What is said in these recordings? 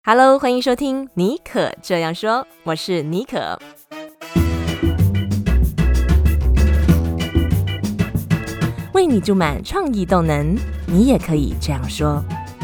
Hello， 欢迎收听妮可这样说，我是妮可。为你注满创意动能，你也可以这样说。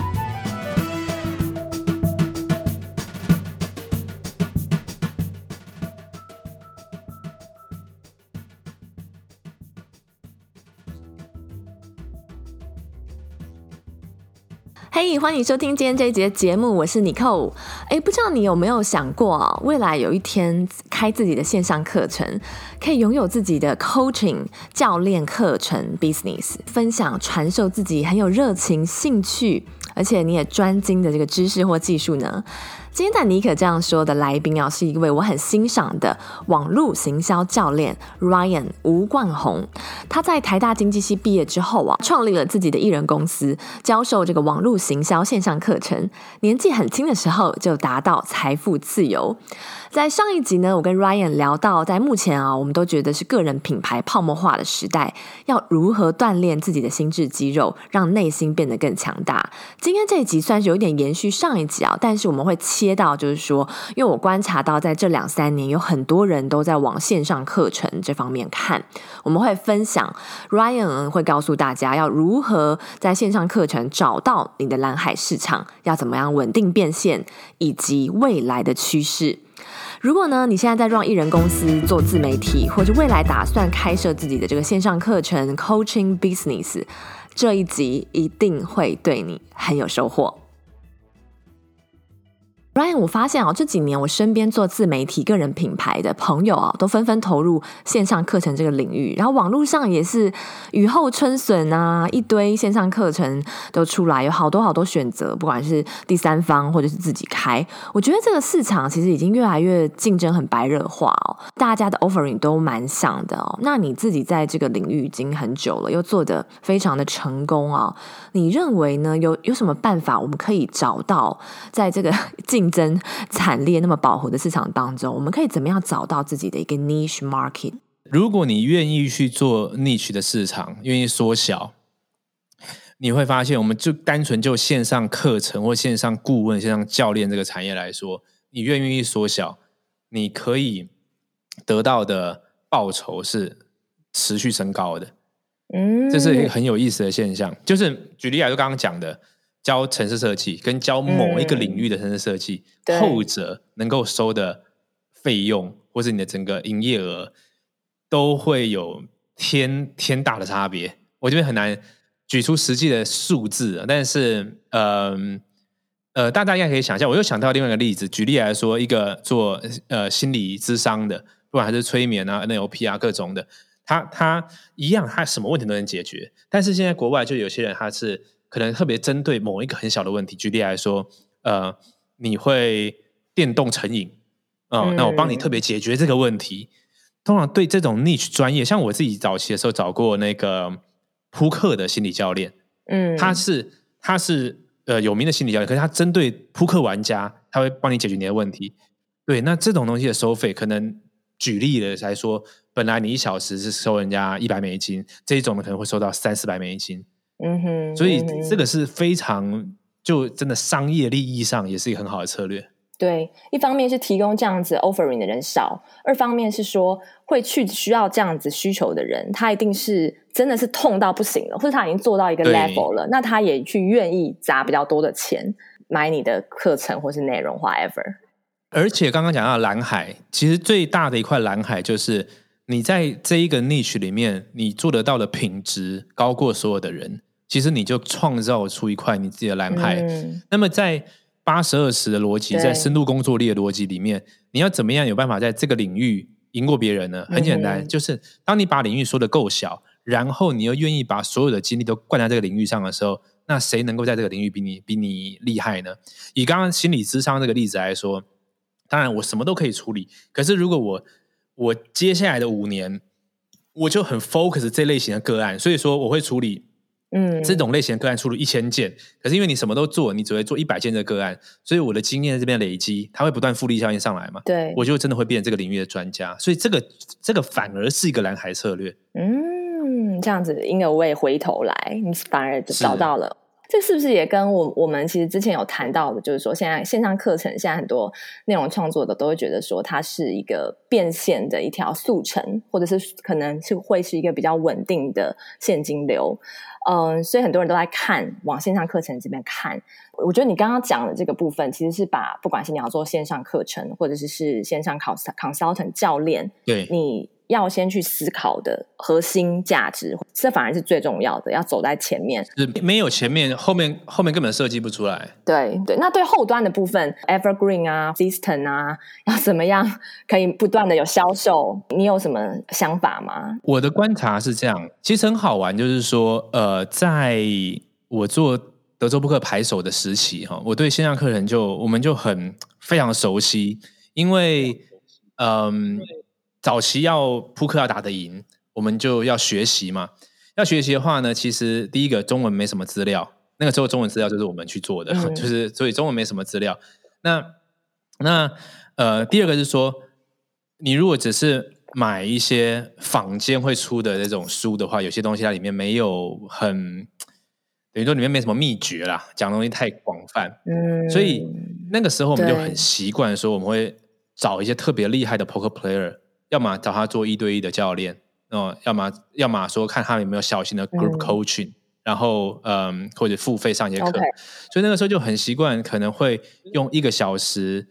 嘿、欢迎收听今天这一集的节目，我是 Nicole。不知道你有没有想过，未来有一天开自己的线上课程，可以拥有自己的 coaching 教练课程 business， 分享传授自己很有热情、兴趣，而且你也专精的这个知识或技术呢？今天在妮可这样说的来宾是一位我很欣赏的网络行销教练 Ryan 吴冠宏。他在台大经济系毕业之后创立了自己的艺人公司，教授这个网络行销线上课程。年纪很轻的时候就达到财富自由。在上一集呢，我跟 Ryan 聊到，在目前我们都觉得是个人品牌泡沫化的时代，要如何锻炼自己的心智肌肉，让内心变得更强大。今天这一集算是有一点延续上一集但是我们会切到，就是说，因为我观察到在这2-3年有很多人都在往线上课程这方面看，我们会分享 Ryan 会告诉大家要如何在线上课程找到你的蓝海市场，要怎么样稳定变现，以及未来的趋势。如果呢，你现在在run艺人公司做自媒体，或者未来打算开设自己的这个线上课程 coaching business， 这一集一定会对你很有收获。Ryan， 我发现这几年我身边做自媒体个人品牌的朋友都纷纷投入线上课程这个领域，然后网络上也是雨后春笋一堆线上课程都出来，有好多选择，不管是第三方或者是自己开。我觉得这个市场其实已经越来越竞争很白热化大家的 offering 都蛮像的那你自己在这个领域已经很久了，又做得非常的成功你认为呢？有什么办法我们可以找到在这个竞争惨烈那么饱和的市场当中，我们可以怎么样找到自己的一个 niche market？ 如果你愿意去做 niche 的市场，愿意缩小，你会发现我们就单纯就线上课程或线上顾问、线上教练这个产业来说，你愿意缩小，你可以得到的报酬是持续升高的。这是一个很有意思的现象。就是举例来说，刚刚讲的教程式设计跟教某一个领域的程式设计，后者能够收的费用或是你的整个营业额都会有天大的差别。我这边很难举出实际的数字但是大家应该可以想象。我又想到另外一个例子，举例来说，一个做心理咨商的，不管还是催眠NLP 各种的，他一样，他什么问题都能解决。但是现在国外就有些人他是可能特别针对某一个很小的问题，举例来说你会电动成瘾那我帮你特别解决这个问题。通常对这种 niche 专业，像我自己早期的时候找过那个扑克的心理教练他是有名的心理教练，可是他针对扑克玩家，他会帮你解决你的问题。对，那这种东西的收费可能举例的来说，本来你1小时是收人家$100，这一种可能会收到$300-400。所以这个是非常就真的商业利益上也是一个很好的策略。 对，一方面是提供这样子 offering 的人少，二方面是说会去需要这样子需求的人，他一定是真的是痛到不行了，或者他已经做到一个 level 了，那他也去愿意砸比较多的钱买你的课程或是内容 whatever。 而且刚刚讲到蓝海，其实最大的一块蓝海就是你在这一个 niche 里面，你做得到的品质高过所有的人，其实你就创造出一块你自己的蓝海。那么在80-20的逻辑，在深度工作力的逻辑里面，你要怎么样有办法在这个领域赢过别人呢？很简单，就是当你把领域说得够小，然后你又愿意把所有的精力都灌在这个领域上的时候，那谁能够在这个领域比你厉害呢？以刚刚心理咨商这个例子来说，当然我什么都可以处理，可是如果我接下来的5年我就很 focus 这类型的个案，所以说我会处理这种类型的个案处理1000件，可是因为你什么都做，你只会做100件的个案，所以我的经验在这边累积，它会不断复利效应上来嘛？ 对， 我就真的会变成这个领域的专家，所以这个反而是一个蓝海策略。 这样子因而way回头来，你反而找到了这是不是也跟我们其实之前有谈到的，就是说现在线上课程，现在很多内容创作的都会觉得说它是一个变现的一条速成，或者是可能是会是一个比较稳定的现金流。所以很多人都在往线上课程这边看。我觉得你刚刚讲的这个部分，其实是把不管是你要做线上课程，或者是线上consultant 教练， 对， 你要先去思考的核心价值，这反而是最重要的，要走在前面。 没有前面，后面根本设计不出来。 对对，那对后端的部分 ，Evergreen 啊 ，System 啊，要怎么样可以不断的有销售？你有什么想法吗？ 我的观察是这样，其实很好玩，就是说，在我做德州扑克牌手的时期，我对线上课程我们就非常熟悉，因为早期扑克要打得赢，我们就要学习嘛。要学习的话呢，其实第一个中文没什么资料，那个时候中文资料就是我们去做的，就是所以中文没什么资料。那第二个是说，你如果只是买一些坊间会出的这种书的话，有些东西它里面没有等于说里面没什么秘诀啦，讲的东西太广泛。所以那个时候我们就很习惯说，我们会找一些特别厉害的 poker player， 要么找他做1对1的教练，要么说看他有没有小型的 group coaching，然后或者付费上一节课。所以那个时候就很习惯，可能会用1个小时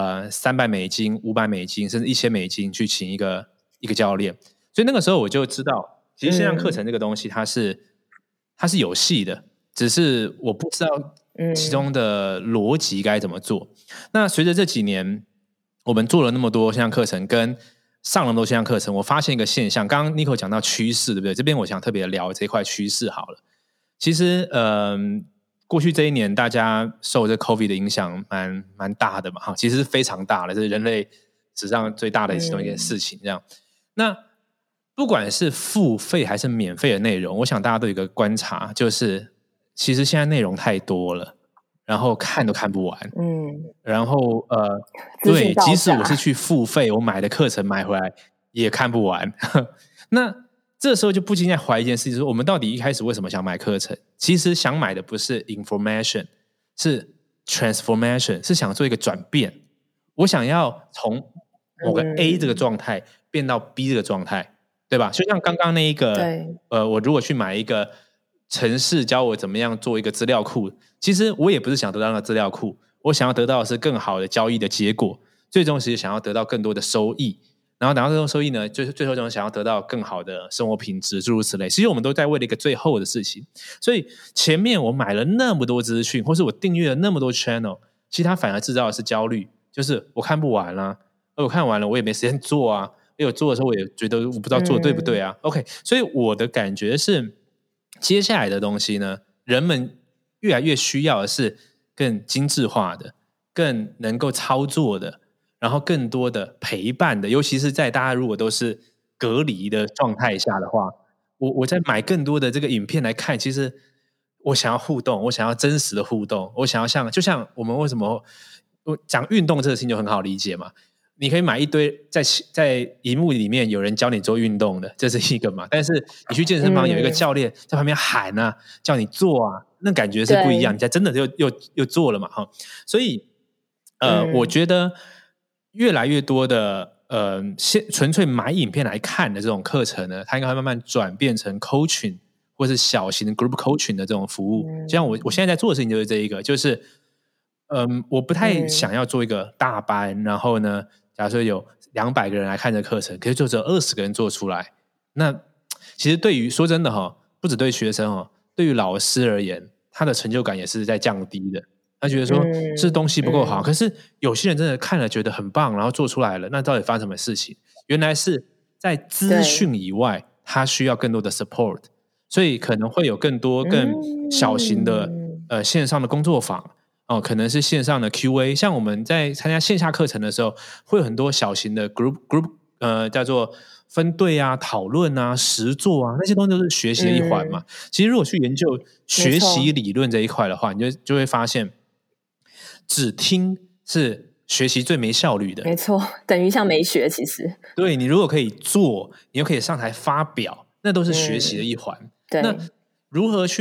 $300、$500甚至$1000去请一个教练。所以那个时候我就知道，其实线上课程这个东西它是有戏的，只是我不知道其中的逻辑该怎么做。那随着这几年我们做了那么多线上课程，跟上了那么多线上课程，我发现一个现象。刚刚 Nico 讲到趋势，对不对？这边我想特别聊这块趋势好了。其实过去这1年大家受这 COVID 的影响蛮大的嘛，其实是非常大的，这是人类史上最大的其中一件事情。这样，那不管是付费还是免费的内容，我想大家都有一个观察，就是其实现在内容太多了，然后看都看不完。然后对，即使我是去付费，我买的课程买回来也看不完。那这时候就不禁在怀疑一件事情，说我们到底一开始为什么想买课程？其实想买的不是 information， 是 transformation， 是想做一个转变。我想要从某个 A 这个状态变到 B 这个状态，对吧？就像刚刚那一个，我如果去买一个程式教我怎么样做一个资料库，其实我也不是想得到那个资料库，我想要得到的是更好的交易的结果，最终是想要得到更多的收益，然后拿到这种收益呢，就是最后想要得到更好的生活品质，诸如此类。其实我们都在为了一个最后的事情。所以前面我买了那么多资讯，或是我订阅了那么多 channel， 其实它反而制造的是焦虑，就是我看不完啦，而我看完了我也没时间做啊，因为我做的时候我也觉得我不知道做对不对啊。OK， 所以我的感觉是，接下来的东西呢，人们越来越需要的是更精致化的，更能够操作的，然后更多的陪伴的，尤其是在大家如果都是隔离的状态下的话，我在买更多的这个影片来看，其实我想要互动，我想要真实的互动，我想要就像我们为什么我讲运动这个事情就很好理解嘛，你可以买一堆在荧幕里面有人教你做运动的，这是一个嘛，但是你去健身房有一个教练在旁边喊啊，叫你做啊，那感觉是不一样，你才真的又做了嘛，所以我觉得越来越多的纯粹买影片来看的这种课程呢，它应该会慢慢转变成 coaching 或是小型的 group coaching 的这种服务。就像我现在在做的事情就是这一个，就是我不太想要做一个大班，然后呢，假如说有200个人来看这课程，可是就只有20个人做出来。那其实对于说真的不只对学生对于老师而言，他的成就感也是在降低的。他觉得说是东西不够好，可是有些人真的看了觉得很棒，然后做出来了，那到底发生什么事情？原来是在资讯以外，他需要更多的 support， 所以可能会有更多更小型的线上的工作坊可能是线上的 QA， 像我们在参加线下课程的时候，会有很多小型的 group 叫做分队啊、讨论啊、实作啊，那些东西都是学习的一环嘛。其实如果去研究学习理论这一块的话，你就会发现，只听是学习最没效率的。 没错，等于像没学。其实对，你如果可以做，你又可以上台发表，那都是学习的一环。那如何去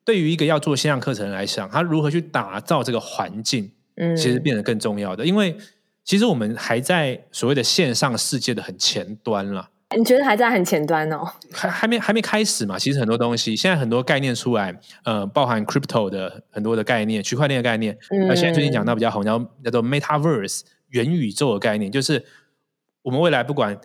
对于一个要做线上课程来讲，他如何去打造这个环境，其实变得更重要的。因为其实我们还在所谓的线上世界的很前端啦。 你觉得还在很前端哦？ 还没开始嘛？其实很多东西，现在很多概念出来，包含 crypto 的很多的概念，区块链的概念，现在最近讲到比较红，叫做 metaverse 元宇宙的概念，就是我们未来不管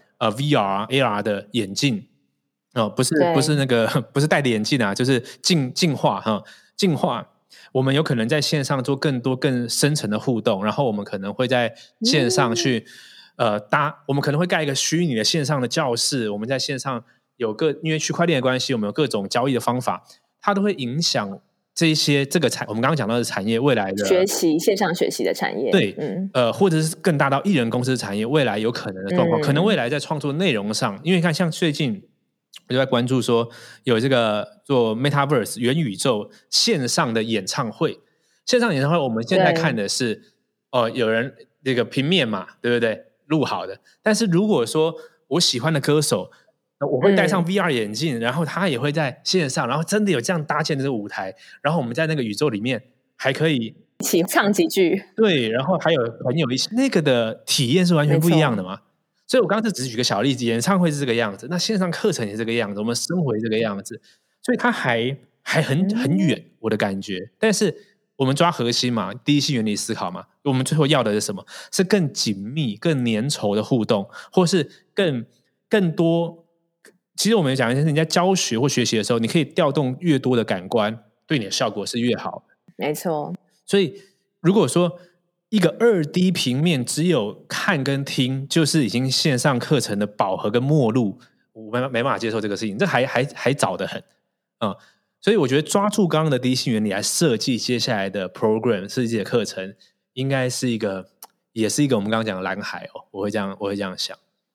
VR、AR 的眼镜不是那个不是戴的眼镜啊，就是进化。我们有可能在线上做更多更深层的互动，然后我们可能会在线上去。我们可能会盖一个虚拟的线上的教室，我们在线上因为区块链的关系，我们有各种交易的方法，它都会影响我们刚刚讲到的产业未来的线上学习的产业， 对，或者是更大到艺人公司的产业，未来有可能的状况，可能未来在创作内容上，因为你看像最近我就在关注说有这个做 Metaverse 元宇宙线上的演唱会，我们现在看的是有人这个平面嘛，对不对？录好的，但是如果说我喜欢的歌手，我会戴上 VR 眼镜，然后他也会在线上，然后真的有这样搭建这个舞台，然后我们在那个宇宙里面还可以一起唱几句， 对，然后还有朋友一起，那个的体验是完全不一样的嘛。所以我刚才只举个小例子，演唱会是这个样子，那线上课程也是这个样子，我们生活也是这个样子，所以它还很远，我的感觉。但是我们抓核心嘛，第一性原理思考嘛，我们最后要的是什么？是更紧密、更粘稠的互动，或是更多。其实我们讲的是，你在教学或学习的时候，你可以调动越多的感官，对你的效果是越好。 没错。 所以如果说一个2D 平面只有看跟听，就是已经线上课程的饱和跟末路，我没办法接受这个事情，这还早得很。所以我觉得抓住刚刚的第一性原理来设计接下来的 program 设计的课程，应该是也是一个我们刚刚讲的蓝海哦，我会这样想。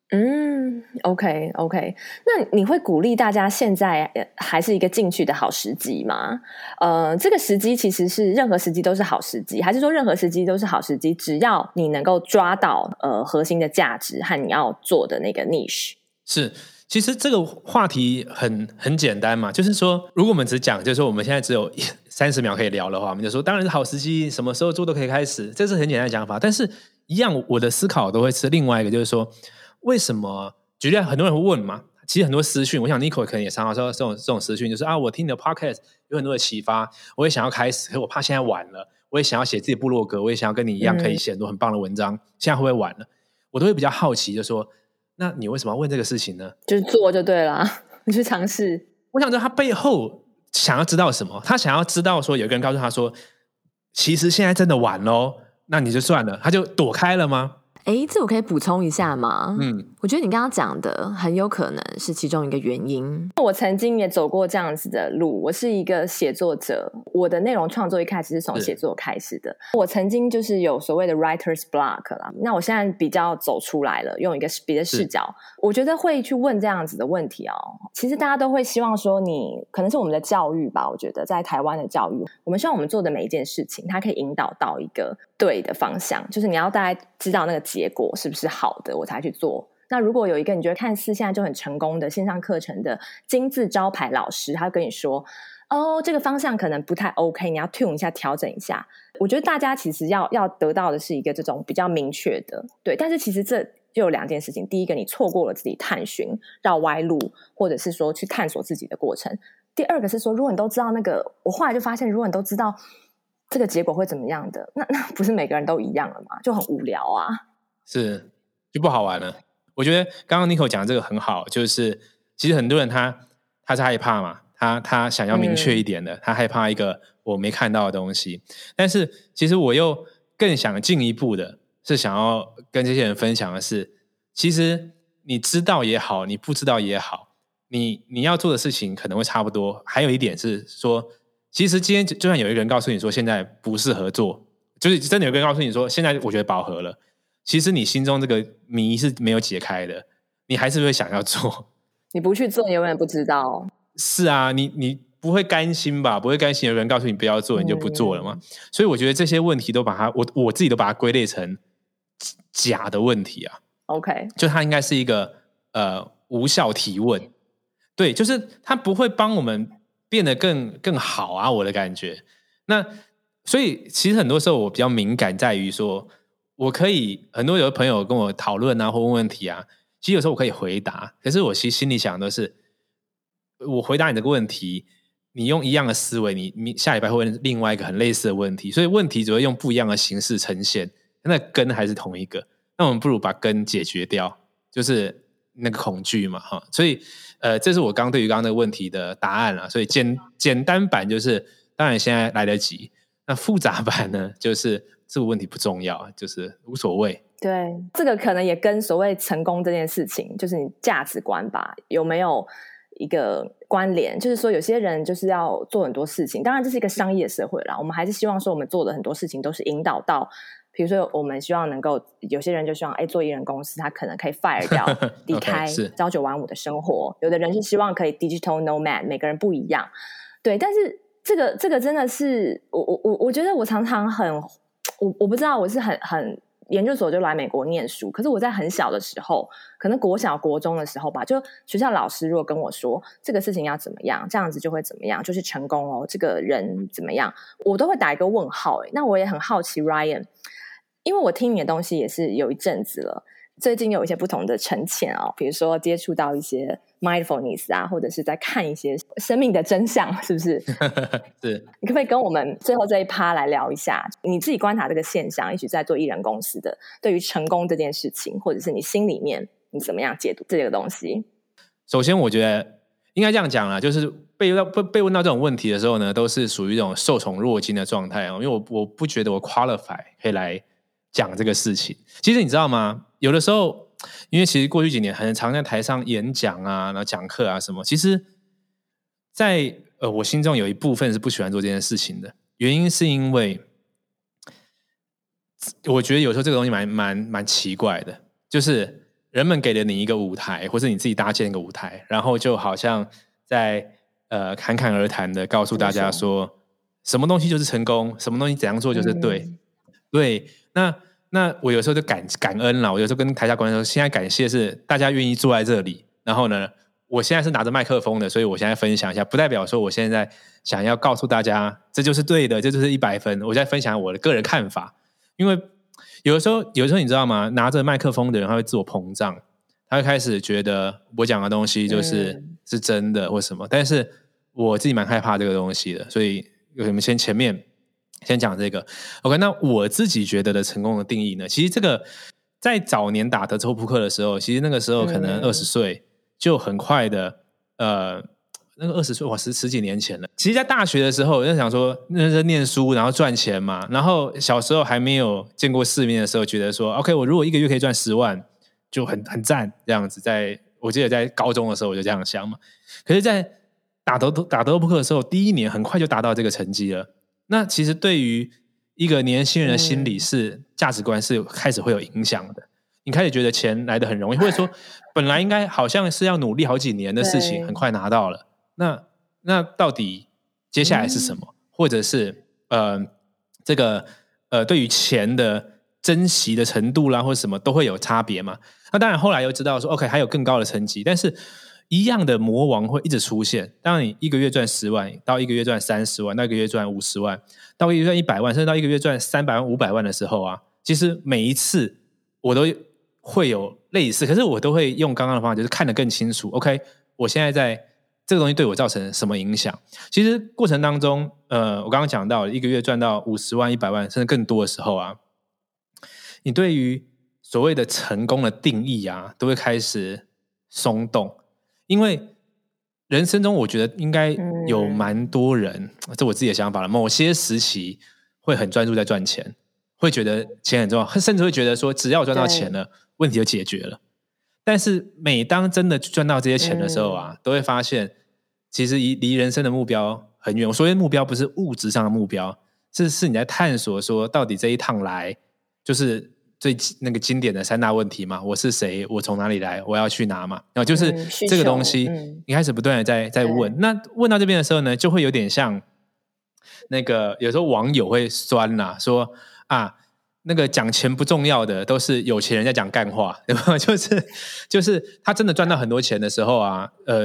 OK， 那你会鼓励大家现在还是一个进去的好时机吗？这个时机其实是任何时机都是好时机，还是说任何时机都是好时机？只要你能够抓到核心的价值和你要做的那个 niche。 是，其实这个话题很简单嘛，就是说，如果我们只讲，就是说我们现在只有30秒可以聊的话，我们就说，当然是好时机，什么时候做都可以开始，这是很简单的讲法。但是，一样，我的思考都会是另外一个，就是说，为什么？举例，很多人会问嘛，其实很多私讯，我想 Nico 可能也常常收到这种私讯，就是我听你的 podcast 有很多的启发，我也想要开始，可是我怕现在晚了，我也想要写自己部落格，我也想要跟你一样可以写很多很棒的文章，现在会不会晚了？我都会比较好奇，就说，那你为什么要问这个事情呢？ 就是做就对了，你去尝试。 我想知道他背后想要知道什么，他想要知道说有个人告诉他说，其实现在真的晚咯，那你就算了，他就躲开了吗？ 这我可以补充一下吗？我觉得你刚刚讲的很有可能是其中一个原因。 我曾经也走过这样子的路，我是一个写作者，我的内容创作一开始是从写作开始的。我曾经就是有所谓的 writer's block 啦，那我现在比较走出来了，用一个别的视角，我觉得会去问这样子的问题其实大家都会希望说可能是我们的教育吧，我觉得在台湾的教育，我们希望我们做的每一件事情，它可以引导到一个对的方向，就是你要大概知道那个结果是不是好的，我才去做。那如果有一个你觉得看似现在就很成功的线上课程的金字招牌老师，他跟你说这个方向可能不太 OK， 你要 tune 一下，调整一下。我觉得大家其实要得到的是一个这种比较明确的，对。但是其实这就有2件事情，第一个，你错过了自己探寻绕歪路，或者是说去探索自己的过程。第二个是说，如果你都知道我后来就发现，如果你都知道这个结果会怎么样的，那不是每个人都一样了吗？就很无聊啊， 是，就不好玩了。我觉得刚刚 Nico 讲的这个很好，就是其实很多人他是害怕嘛，他想要明确一点的，他害怕一个我没看到的东西。但是其实我又更想进一步的是想要跟这些人分享的是，其实你知道也好，你不知道也好，你要做的事情可能会差不多。还有一点是说，其实今天就算有一个人告诉你说现在不适合做，就是真的有一个人告诉你说现在我觉得饱和了，其实你心中这个谜是没有解开的，你还是会想要做。 你不去做，你永远不知道。 是啊，你不会甘心吧？不会甘心有人告诉你不要做，你就不做了嘛。所以我觉得这些问题都把它，我自己都把它归类成假的问题啊。 OK， 就它应该是一个无效提问。对，就是它不会帮我们变得更好啊，我的感觉。那所以其实很多时候我比较敏感在于说，我可以很多有的朋友跟我讨论啊或问问题啊，其实有时候我可以回答，可是我其实心里想的是，我回答你这个问题，你用一样的思维，你下礼拜会问另外一个很类似的问题，所以问题只会用不一样的形式呈现，那根还是同一个，那我们不如把根解决掉，就是那个恐惧嘛，哈。所以这是我对于刚刚那个问题的答案啦。所以简单版就是当然现在来得及，那复杂版呢就是这个问题不重要，就是无所谓。 对，这个可能也跟所谓成功这件事情，就是你价值观吧，有没有一个关联？就是说有些人就是要做很多事情，当然这是一个商业社会啦，我们还是希望说我们做的很多事情都是引导到，比如说我们希望能够，有些人就希望做艺人公司，他可能可以 fire 掉离开朝9晚5的生活，有的人是希望可以 digital nomad， 每个人不一样。对，但是这个真的是我觉得我常常我不知道，我是很研究所就来美国念书，可是我在很小的时候，可能国小国中的时候吧，就学校老师如果跟我说这个事情要怎么样，这样子就会怎么样，就是成功哦，这个人怎么样，我都会打一个问号。那我也很好奇 Ryan， 因为我听你的东西也是有一阵子了，最近有一些不同的沉潜哦，比如说接触到一些 mindfulness 啊，或者是在看一些生命的真相，是不是？ 是。 你可不可以跟我们最后这一趴来聊一下你自己观察这个现象，一起在做艺人公司的，对于成功这件事情，或者是你心里面你怎么样解读这个东西？ 首先我觉得应该这样讲啦，就是被问到这种问题的时候呢，都是属于这种受宠若惊的状态哦，因为我不觉得我 qualify 可以来讲这个事情。其实你知道吗，有的时候因为其实过去几年很常在台上演讲啊，然后讲课啊什么，其实在我心中有一部分是不喜欢做这件事情的，原因是因为我觉得有时候这个东西蛮奇怪的，就是人们给了你一个舞台，或是你自己搭建一个舞台，然后就好像在侃侃而谈的告诉大家说什么东西就是成功，什么东西怎样做就是对。对，那我有时候就感恩啦，我有时候跟台下观众说，现在感谢是大家愿意坐在这里，然后呢我现在是拿着麦克风的，所以我现在分享一下，不代表说我现在想要告诉大家这就是对的，这就是100分，我在分享我的个人看法。因为有的时候你知道吗，拿着麦克风的人他会自我膨胀，他会开始觉得我讲的东西是真的或什么，但是我自己蛮害怕这个东西的，所以我们前面先讲这个 OK。 那我自己觉得的成功的定义呢，其实这个在早年打德州扑克的时候，其实那个时候可能20岁就很快的那个20岁哇，十几年前了。其实在大学的时候我就想说认真念书然后赚钱嘛，然后小时候还没有见过世面的时候觉得说 OK， 我如果一个月可以赚10万就很赞这样子。我记得在高中的时候我就这样想嘛，可是在打德州扑克的时候第一年很快就达到这个成绩了。那其实对于一个年轻人的心理价值观是开始会有影响的，你开始觉得钱来得很容易，或者说本来应该好像是要努力好几年的事情很快拿到了，那到底接下来是什么？或者是这个对于钱的珍惜的程度啦或者什么都会有差别嘛。那当然后来又知道说 OK 还有更高的成绩，但是一样的魔王会一直出现。当你一个月赚10万到一个月赚30万到一个月赚50万到一个月赚100万甚至到一个月赚300万500万的时候啊，其实每一次我都会有类似，可是我都会用刚刚的方法，就是看得更清楚 OK 我现在这个东西对我造成什么影响。其实过程当中我刚刚讲到一个月赚到50万100万甚至更多的时候啊，你对于所谓的成功的定义啊都会开始松动。因为人生中我觉得应该有蛮多人这我自己的想法了，某些时期会很专注在赚钱，会觉得钱很重要，甚至会觉得说只要我赚到钱了问题就解决了。但是每当真的赚到这些钱的时候啊都会发现其实离人生的目标很远。我说的目标不是物质上的目标，是你在探索说到底这一趟来就是最那个经典的3大问题嘛，我是谁，我从哪里来，我要去哪嘛，然后就是这个东西你开始不断的在问。那问到这边的时候呢就会有点像那个有时候网友会酸啦说啊那个讲钱不重要的都是有钱人在讲干话，对吧？就是他真的赚到很多钱的时候啊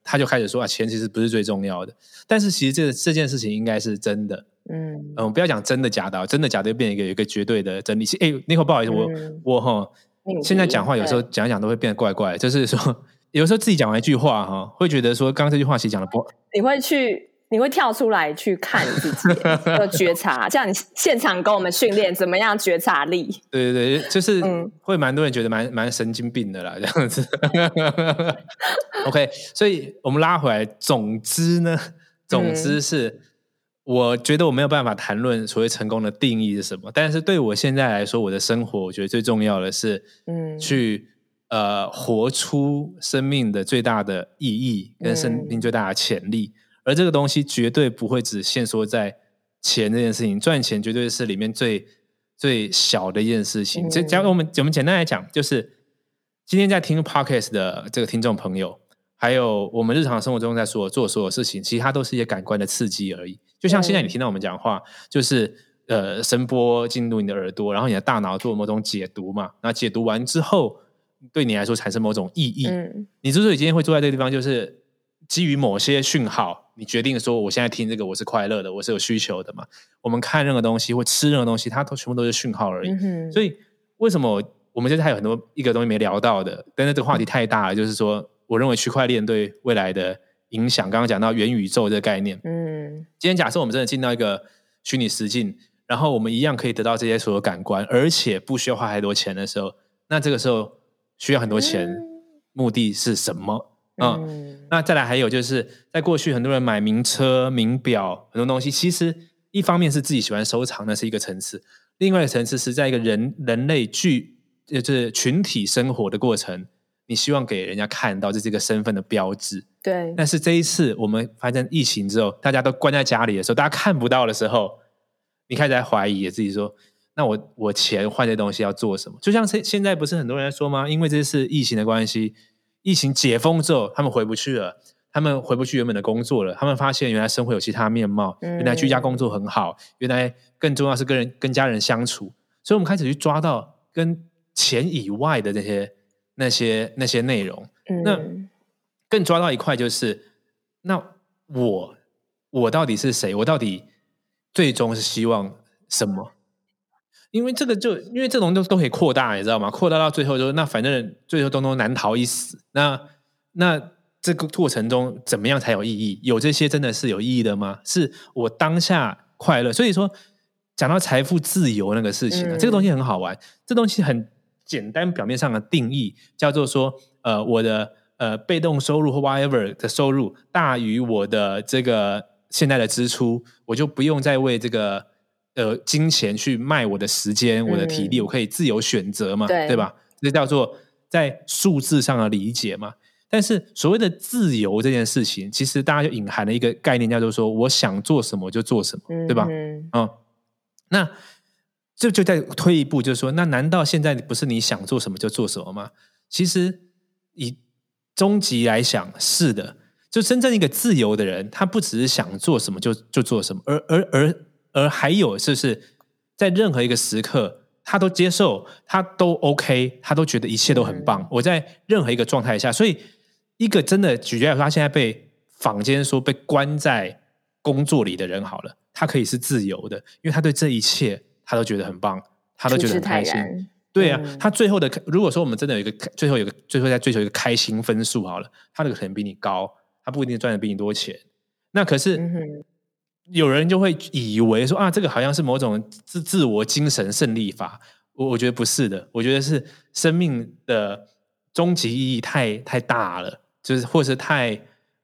他就开始说钱其实不是最重要的。但是其实这件事情应该是真的。不要讲真的假的，真的假的变成有一个绝对的真理。Nico 不好意思，我现在讲话有时候讲一讲都会变得怪怪的，就是说有时候自己讲完一句话会觉得说刚刚这句话其实讲的不好， 你会跳出来去看自己的觉察，这样你现场跟我们训练怎么样觉察力。 对对对，就是会蛮多人觉得蛮神经病的啦，这样子。OK， 所以我们拉回来，总之是我觉得我没有办法谈论所谓成功的定义是什么，但是对我现在来说，我的生活我觉得最重要的是去活出生命的最大的意义跟生命最大的潜力。而这个东西绝对不会只限缩在钱这件事情，赚钱绝对是里面最小的一件事情。假如我们简单来讲，就是今天在听 Podcast 的这个听众朋友，还有我们日常生活中在做所有事情，其实它都是一些感官的刺激而已。就像现在你听到我们讲话，就是声波进入你的耳朵，然后你的大脑做某种解读嘛，那解读完之后对你来说产生某种意义。你之所以今天会坐在这个地方，就是基于某些讯号，你决定说我现在听这个我是快乐的，我是有需求的嘛。我们看任何东西或吃任何东西，它全部都是讯号而已。所以为什么我们现在还有很多一个东西没聊到的，但是这个话题太大了，就是说我认为区块链对未来的影响，刚刚讲到元宇宙这个概念。今天假设我们真的进到一个虚拟实境，然后我们一样可以得到这些所有感官，而且不需要花太多钱的时候，那这个时候需要很多钱，目的是什么？那再来还有就是在过去很多人买名车名表很多东西，其实一方面是自己喜欢收藏，那是一个层次，另外一个层次是在一个人类就是群体生活的过程，你希望给人家看到这是一个身份的标志。 对。 但是这一次我们发生疫情之后，大家都关在家里的时候，大家看不到的时候，你开始在怀疑自己说，那我钱换这东西要做什么？就像现在不是很多人在说吗？因为这次疫情的关系，疫情解封之后他们回不去了，他们回不去原本的工作了，他们发现原来生活有其他面貌，原来居家工作很好，原来更重要是跟家人相处，所以我们开始去抓到跟钱以外的那些内容。那更抓到一块就是那我到底是谁，我到底最终是希望什么？因为这种都可以扩大，你知道吗？扩大到最后那反正最后都难逃一死。那这个过程中怎么样才有意义？有这些真的是有意义的吗？是我当下快乐。所以说讲到财富自由那个事情这个东西很好玩。这东西很简单，表面上的定义叫做说我的被动收入或 whatever 的收入大于我的这个现在的支出，我就不用再为这个金钱去卖我的时间我的体力，我可以自由选择嘛， 对吧？这叫做在数字上的理解嘛。但是所谓的自由这件事情，其实大家就隐含了一个概念，叫做说我想做什么就做什么，对吧？那就再推一步，就是说那难道现在不是你想做什么就做什么吗？其实以终极来想是的，就真正一个自由的人，他不只是想做什么就做什么，而还有就是在任何一个时刻他都接受，他都 OK， 他都觉得一切都很棒。我在任何一个状态下，所以一个真的举例来说，他现在被坊间说被关在工作里的人好了，他可以是自由的，因为他对这一切他都觉得很棒，他都觉得很开心。对啊，他最后的如果说我们真的最后在追求一个开心分数好了，他那个可能比你高，他不一定赚的比你多钱。那可是有人就会以为说这个好像是某种自我精神胜利法。我觉得不是的，我觉得是生命的终极意义太大了，就是或者是太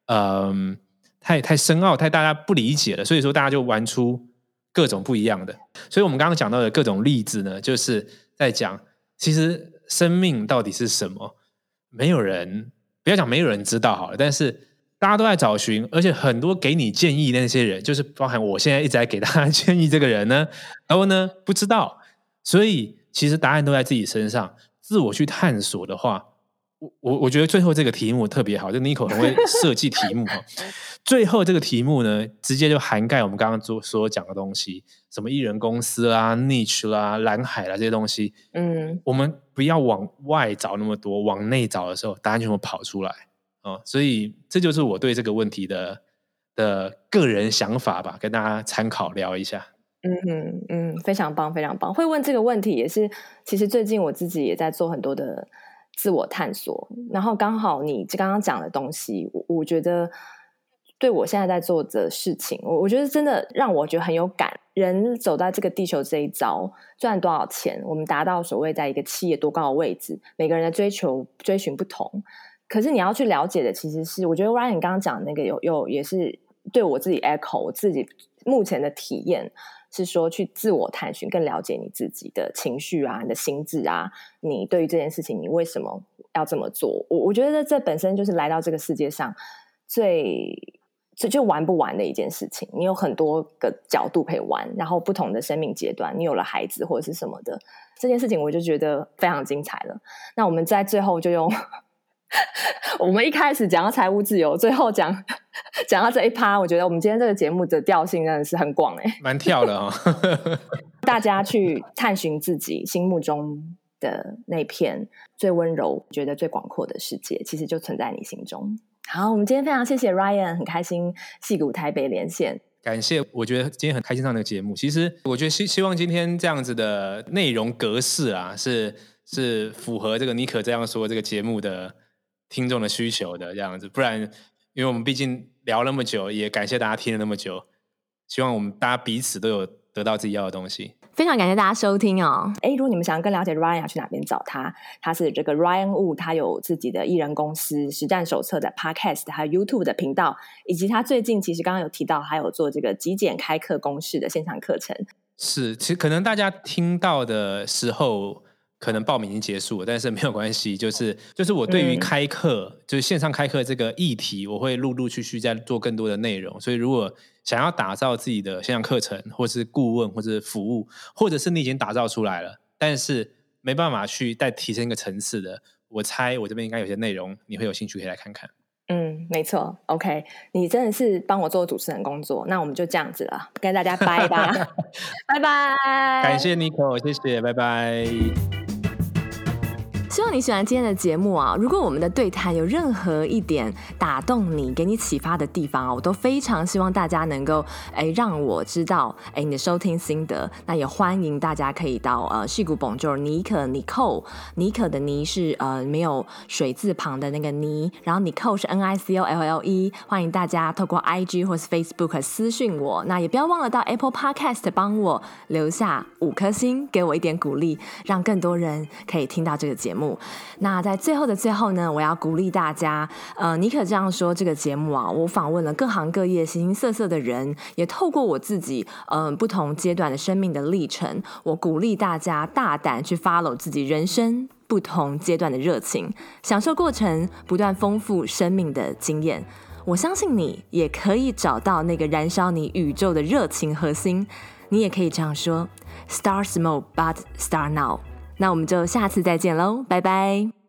深奥，太大家不理解了，所以说大家就玩出各种不一样的。所以我们刚刚讲到的各种例子呢，就是在讲其实生命到底是什么，没有人，不要讲没有人知道好了，但是大家都在找寻，而且很多给你建议的那些人，就是包含我现在一直在给大家建议这个人呢，然后呢不知道。所以其实答案都在自己身上，自我去探索的话，我觉得最后这个题目特别好，就 Nico 很会设计题目最后这个题目呢，直接就涵盖我们刚刚所讲的东西，什么艺人公司啦、niche 啦、蓝海啦这些东西。我们不要往外找那么多，往内找的时候，答案全部跑出来。 所以这就是我对这个问题的个人想法吧，跟大家参考聊一下。 非常棒，非常棒。会问这个问题也是，其实最近我自己也在做很多的自我探索，然后刚好你刚刚讲的东西，我觉得对我现在在做的事情，我觉得真的让我觉得很有感。人走在这个地球这一遭，赚多少钱，我们达到所谓在一个企业多高的位置，每个人的追寻不同。可是你要去了解的其实是，我觉得 Ryan 刚刚讲的那个也是对我自己 echo 我自己目前的体验是说，去自我探寻，更了解你自己的情绪啊，你的心智啊，你对于这件事情你为什么要这么做。我觉得这本身就是来到这个世界上就玩不完的一件事情。你有很多个角度可以玩，然后不同的生命阶段，你有了孩子或者是什么的，这件事情我就觉得非常精彩了。那我们在最后就用我们一开始讲到财务自由，最后讲到这一趴，我觉得我们今天这个节目的调性真的是很广蛮跳的大家去探寻自己心目中的那片最温柔觉得最广阔的世界，其实就存在你心中。好，我们今天非常谢谢 Ryan， 很开心矽谷台北连线， 感谢。我觉得今天很开心上这个节目。其实我觉得希望今天这样子的内容格式啊，是符合这个妮可这样说这个节目的听众的需求的这样子。不然因为我们毕竟聊那么久，也感谢大家听了那么久，希望我们大家彼此都有得到自己要的东西。 非常感谢大家收听哦。 如果你们想要更了解 Ryan， 要去哪边找他？他是这个 Ryan Wu， 他有自己的艺人公司实战手册的 Podcast， 还有 YouTube 的频道，以及他最近其实刚刚有提到还有做这个极简开课公式的线上课程。 是，其实可能大家听到的时候可能报名已经结束了，但是没有关系，就是我对于开课，就是线上开课这个议题，我会陆续在做更多的内容。所以如果想要打造自己的线上课程，或是顾问，或是服务，或者是你已经打造出来了，但是没办法去再提升一个层次的，我猜我这边应该有些内容你会有兴趣可以来看看。 没错 OK， 你真的是帮我做主持人工作，那我们就这样子了，跟大家拜吧拜拜， 感谢 Nico， 谢谢，拜拜。 希望你喜欢今天的节目啊！如果我们的对谈有任何一点打动你、给你启发的地方啊，我都非常希望大家能够让我知道你的收听心得。那也欢迎大家可以到矽谷 Bonjour 妮可 Nicole， 妮可的妮是没有水字旁的那个妮，然后 Nicole 是 NICOLLE。欢迎大家透过 IG 或是 Facebook 私讯我。那也不要忘了到 Apple Podcast 帮我留下5颗星，给我一点鼓励，让更多人可以听到这个节目。那在最后的最后呢，我要鼓励大家，妮可这样说，这个节目啊，我访问了各行各业形形色色的人，也透过我自己不同阶段的生命的历程，我鼓励大家大胆去 follow 自己人生不同阶段的热情，享受过程，不断丰富生命的经验。我相信你也可以找到那个燃烧你宇宙的热情核心。你也可以这样说 Start small but start now。那我们就下次再见喽，拜拜。